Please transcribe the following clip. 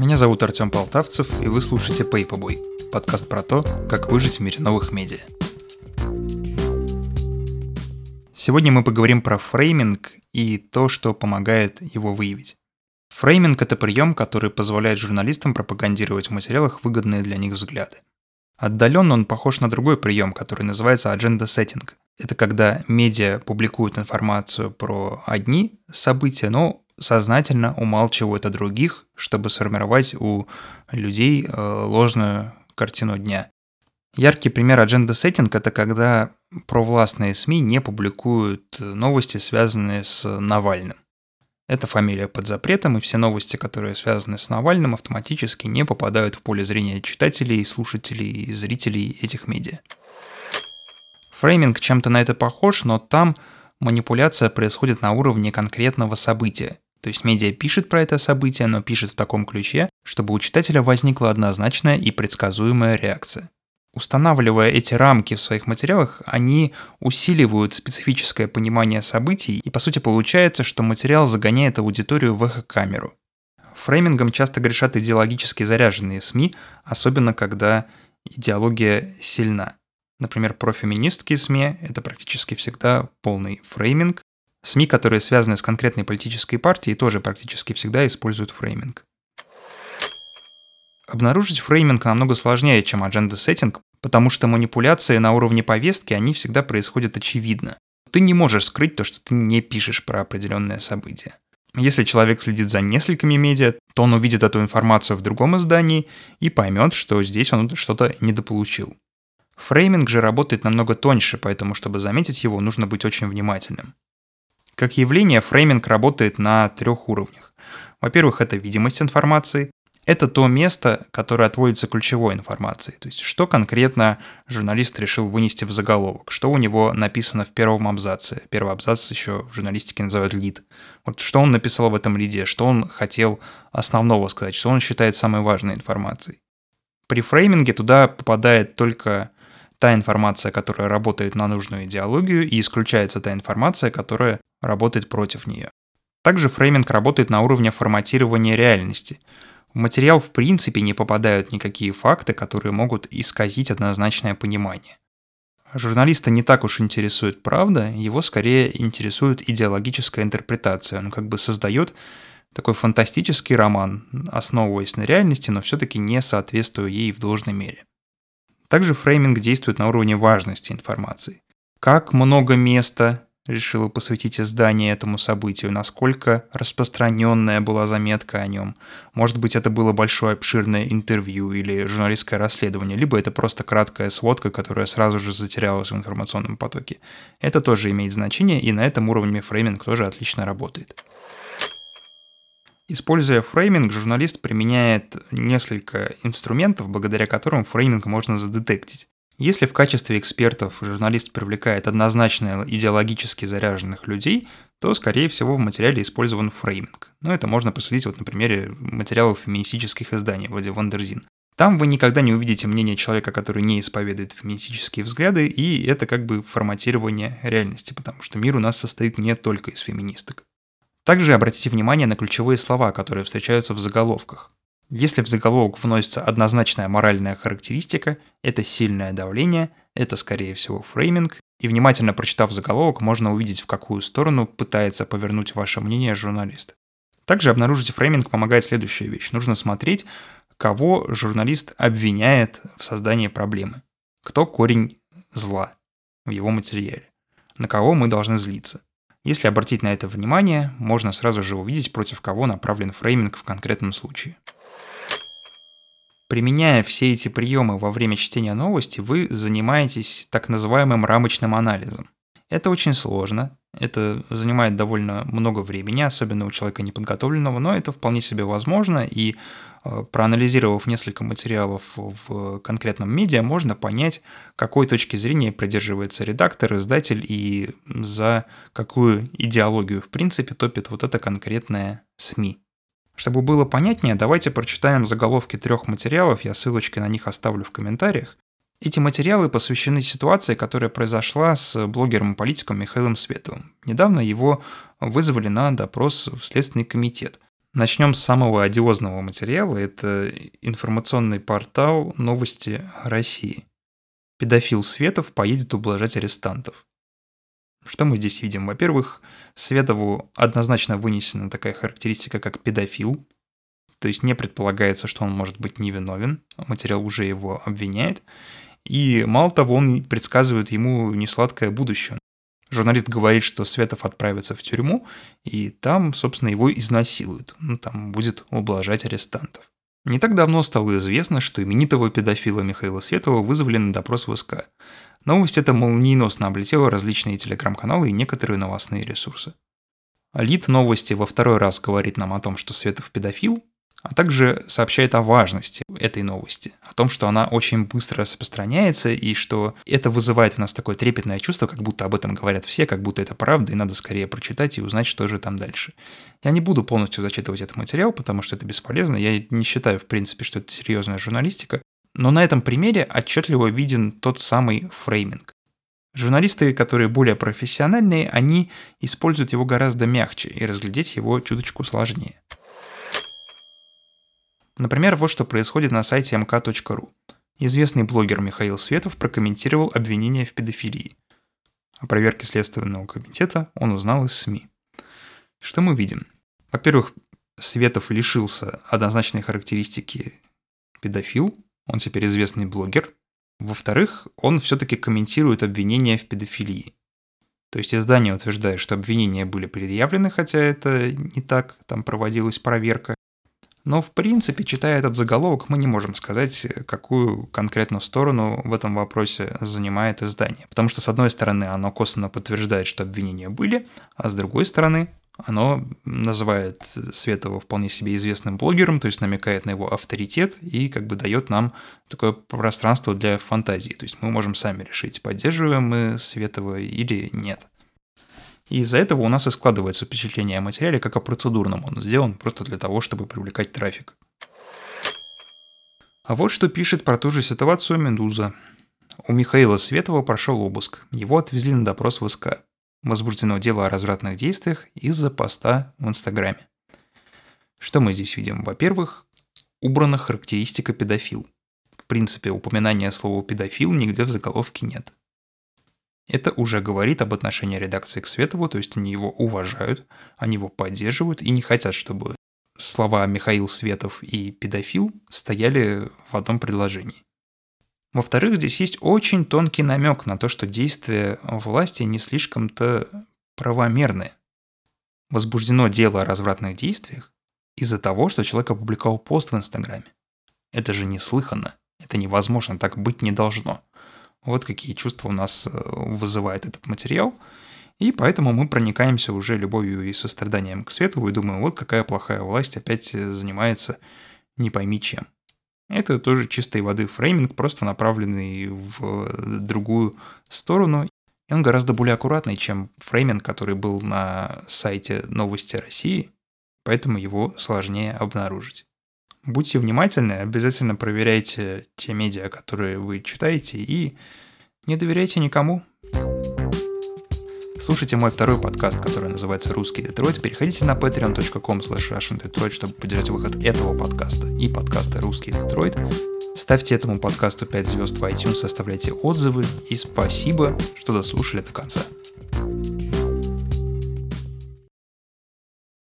Меня зовут Артем Полтавцев, и вы слушаете Paperboy, подкаст про то, как выжить в мире новых медиа. Сегодня мы поговорим про фрейминг и то, что помогает его выявить. Фрейминг – это прием, который позволяет журналистам пропагандировать в материалах выгодные для них взгляды. Отдаленно он похож на другой прием, который называется agenda-setting. Это когда медиа публикуют информацию про одни события, но сознательно умалчивают о других, чтобы сформировать у людей ложную картину дня. Яркий пример agenda-setting – это когда провластные СМИ не публикуют новости, связанные с Навальным. Эта фамилия под запретом, и все новости, которые связаны с Навальным, автоматически не попадают в поле зрения читателей, слушателей и зрителей этих медиа. Фрейминг чем-то на это похож, но там манипуляция происходит на уровне конкретного события. То есть медиа пишет про это событие, но пишет в таком ключе, чтобы у читателя возникла однозначная и предсказуемая реакция. Устанавливая эти рамки в своих материалах, они усиливают специфическое понимание событий, и по сути получается, что материал загоняет аудиторию в эхокамеру. Фреймингом часто грешат идеологически заряженные СМИ, особенно когда идеология сильна. Например, профеминистские СМИ – это практически всегда полный фрейминг. СМИ, которые связаны с конкретной политической партией, тоже практически всегда используют фрейминг. Обнаружить фрейминг намного сложнее, чем agenda-setting, потому что манипуляции на уровне повестки, они всегда происходят очевидно. Ты не можешь скрыть то, что ты не пишешь про определенное событие. Если человек следит за несколькими медиа, то он увидит эту информацию в другом издании и поймет, что здесь он что-то недополучил. Фрейминг же работает намного тоньше, поэтому, чтобы заметить его, нужно быть очень внимательным. Как явление, фрейминг работает на 3 уровнях. Во-первых, это видимость информации. Это то место, которое отводится ключевой информации. То есть, что конкретно журналист решил вынести в заголовок, что у него написано в первом абзаце. Первый абзац еще в журналистике называют лид. Вот что он написал в этом лиде, что он хотел основного сказать, что он считает самой важной информацией. При фрейминге туда попадает только та информация, которая работает на нужную идеологию, и исключается та информация, которая работает против нее. Также фрейминг работает на уровне форматирования реальности. В материал в принципе не попадают никакие факты, которые могут исказить однозначное понимание. Журналиста не так уж интересует правда, его скорее интересует идеологическая интерпретация. Он как бы создает такой фантастический роман, основываясь на реальности, но все-таки не соответствуя ей в должной мере. Также фрейминг действует на уровне важности информации. Как много места решило посвятить издание этому событию, насколько распространенная была заметка о нем. Может быть, это было большое обширное интервью или журналистское расследование, либо это просто краткая сводка, которая сразу же затерялась в информационном потоке. Это тоже имеет значение, и на этом уровне фрейминг тоже отлично работает. Используя фрейминг, журналист применяет несколько инструментов, благодаря которым фрейминг можно задетектить. Если в качестве экспертов журналист привлекает однозначно идеологически заряженных людей, то, скорее всего, в материале использован фрейминг. Это можно посмотреть на примере материалов феминистических изданий, вроде Вандерзин. Там вы никогда не увидите мнение человека, который не исповедует феминистические взгляды, и это как бы форматирование реальности, потому что мир у нас состоит не только из феминисток. Также обратите внимание на ключевые слова, которые встречаются в заголовках. Если в заголовок вносится однозначная моральная характеристика, это сильное давление, это, скорее всего, фрейминг, и внимательно прочитав заголовок, можно увидеть, в какую сторону пытается повернуть ваше мнение журналист. Также обнаружить фрейминг помогает следующая вещь. Нужно смотреть, кого журналист обвиняет в создании проблемы. Кто корень зла в его материале. На кого мы должны злиться. Если обратить на это внимание, можно сразу же увидеть, против кого направлен фрейминг в конкретном случае. Применяя все эти приемы во время чтения новости, вы занимаетесь так называемым рамочным анализом. Это очень сложно, это занимает довольно много времени, особенно у человека неподготовленного, но это вполне себе возможно, и проанализировав несколько материалов в конкретном медиа, можно понять, какой точки зрения придерживается редактор, издатель и за какую идеологию в принципе топит вот это конкретное СМИ. Чтобы было понятнее, давайте прочитаем заголовки 3 материалов, я ссылочки на них оставлю в комментариях. Эти материалы посвящены ситуации, которая произошла с блогером и политиком Михаилом Световым. Недавно его вызвали на допрос в Следственный комитет. Начнем с самого одиозного материала. Это информационный портал «Новости России». Педофил Светов поедет ублажать арестантов. Что мы здесь видим? Во-первых, Светову однозначно вынесена такая характеристика, как педофил. То есть не предполагается, что он может быть невиновен. Материал уже его обвиняет. И мало того, он предсказывает ему несладкое будущее. Журналист говорит, что Светов отправится в тюрьму, и там, собственно, его изнасилуют. Там будет ублажать арестантов. Не так давно стало известно, что именитого педофила Михаила Светова вызвали на допрос в СК. Новость эта молниеносно облетела различные телеграм-каналы и некоторые новостные ресурсы. Лид новости во второй раз говорит нам о том, что Светов педофил, а также сообщает о важности этой новости, о том, что она очень быстро распространяется и что это вызывает в нас такое трепетное чувство, как будто об этом говорят все, как будто это правда, и надо скорее прочитать и узнать, что же там дальше. Я не буду полностью зачитывать этот материал, потому что это бесполезно, я не считаю, в принципе, что это серьезная журналистика, но на этом примере отчетливо виден тот самый фрейминг. Журналисты, которые более профессиональные, они используют его гораздо мягче, и разглядеть его чуточку сложнее. Например, вот что происходит на сайте mk.ru. Известный блогер Михаил Светов прокомментировал обвинение в педофилии. О проверке Следственного комитета он узнал из СМИ. Что мы видим? Во-первых, Светов лишился однозначной характеристики педофил, он теперь известный блогер. Во-вторых, он все-таки комментирует обвинения в педофилии. То есть издание утверждает, что обвинения были предъявлены, хотя это не так, там проводилась проверка. Но, в принципе, читая этот заголовок, мы не можем сказать, какую конкретную сторону в этом вопросе занимает издание. Потому что, с одной стороны, оно косвенно подтверждает, что обвинения были, а с другой стороны, оно называет Светова вполне себе известным блогером, то есть намекает на его авторитет и как бы дает нам такое пространство для фантазии. То есть мы можем сами решить, поддерживаем мы Светова или нет. И из-за этого у нас и складывается впечатление о материале, как о процедурном. Он сделан просто для того, чтобы привлекать трафик. А вот что пишет про ту же ситуацию «Медуза». У Михаила Светова прошел обыск. Его отвезли на допрос в СК. Возбуждено дело о развратных действиях из-за поста в Инстаграме. Что мы здесь видим? Во-первых, убрана характеристика педофил. В принципе, упоминания слова педофил нигде в заголовке нет. Это уже говорит об отношении редакции к Светову, то есть они его уважают, они его поддерживают и не хотят, чтобы слова Михаил Светов и педофил стояли в одном предложении. Во-вторых, здесь есть очень тонкий намек на то, что действия власти не слишком-то правомерные. Возбуждено дело о развратных действиях из-за того, что человек опубликовал пост в Инстаграме. Это же неслыханно, это невозможно, так быть не должно. Вот какие чувства у нас вызывает этот материал, и поэтому мы проникаемся уже любовью и состраданием к Светову и думаем, вот какая плохая власть опять занимается не пойми чем. Это тоже чистой воды фрейминг, просто направленный в другую сторону. И он гораздо более аккуратный, чем фрейминг, который был на сайте «Новости России», поэтому его сложнее обнаружить. Будьте внимательны, обязательно проверяйте те медиа, которые вы читаете, и не доверяйте никому. Слушайте мой второй подкаст, который называется «Русский Детройт». Переходите на patreon.com/RussianDetroit, чтобы поддержать выход этого подкаста и подкаста «Русский Детройт». Ставьте этому подкасту 5 звезд в iTunes, оставляйте отзывы, и спасибо, что дослушали до конца.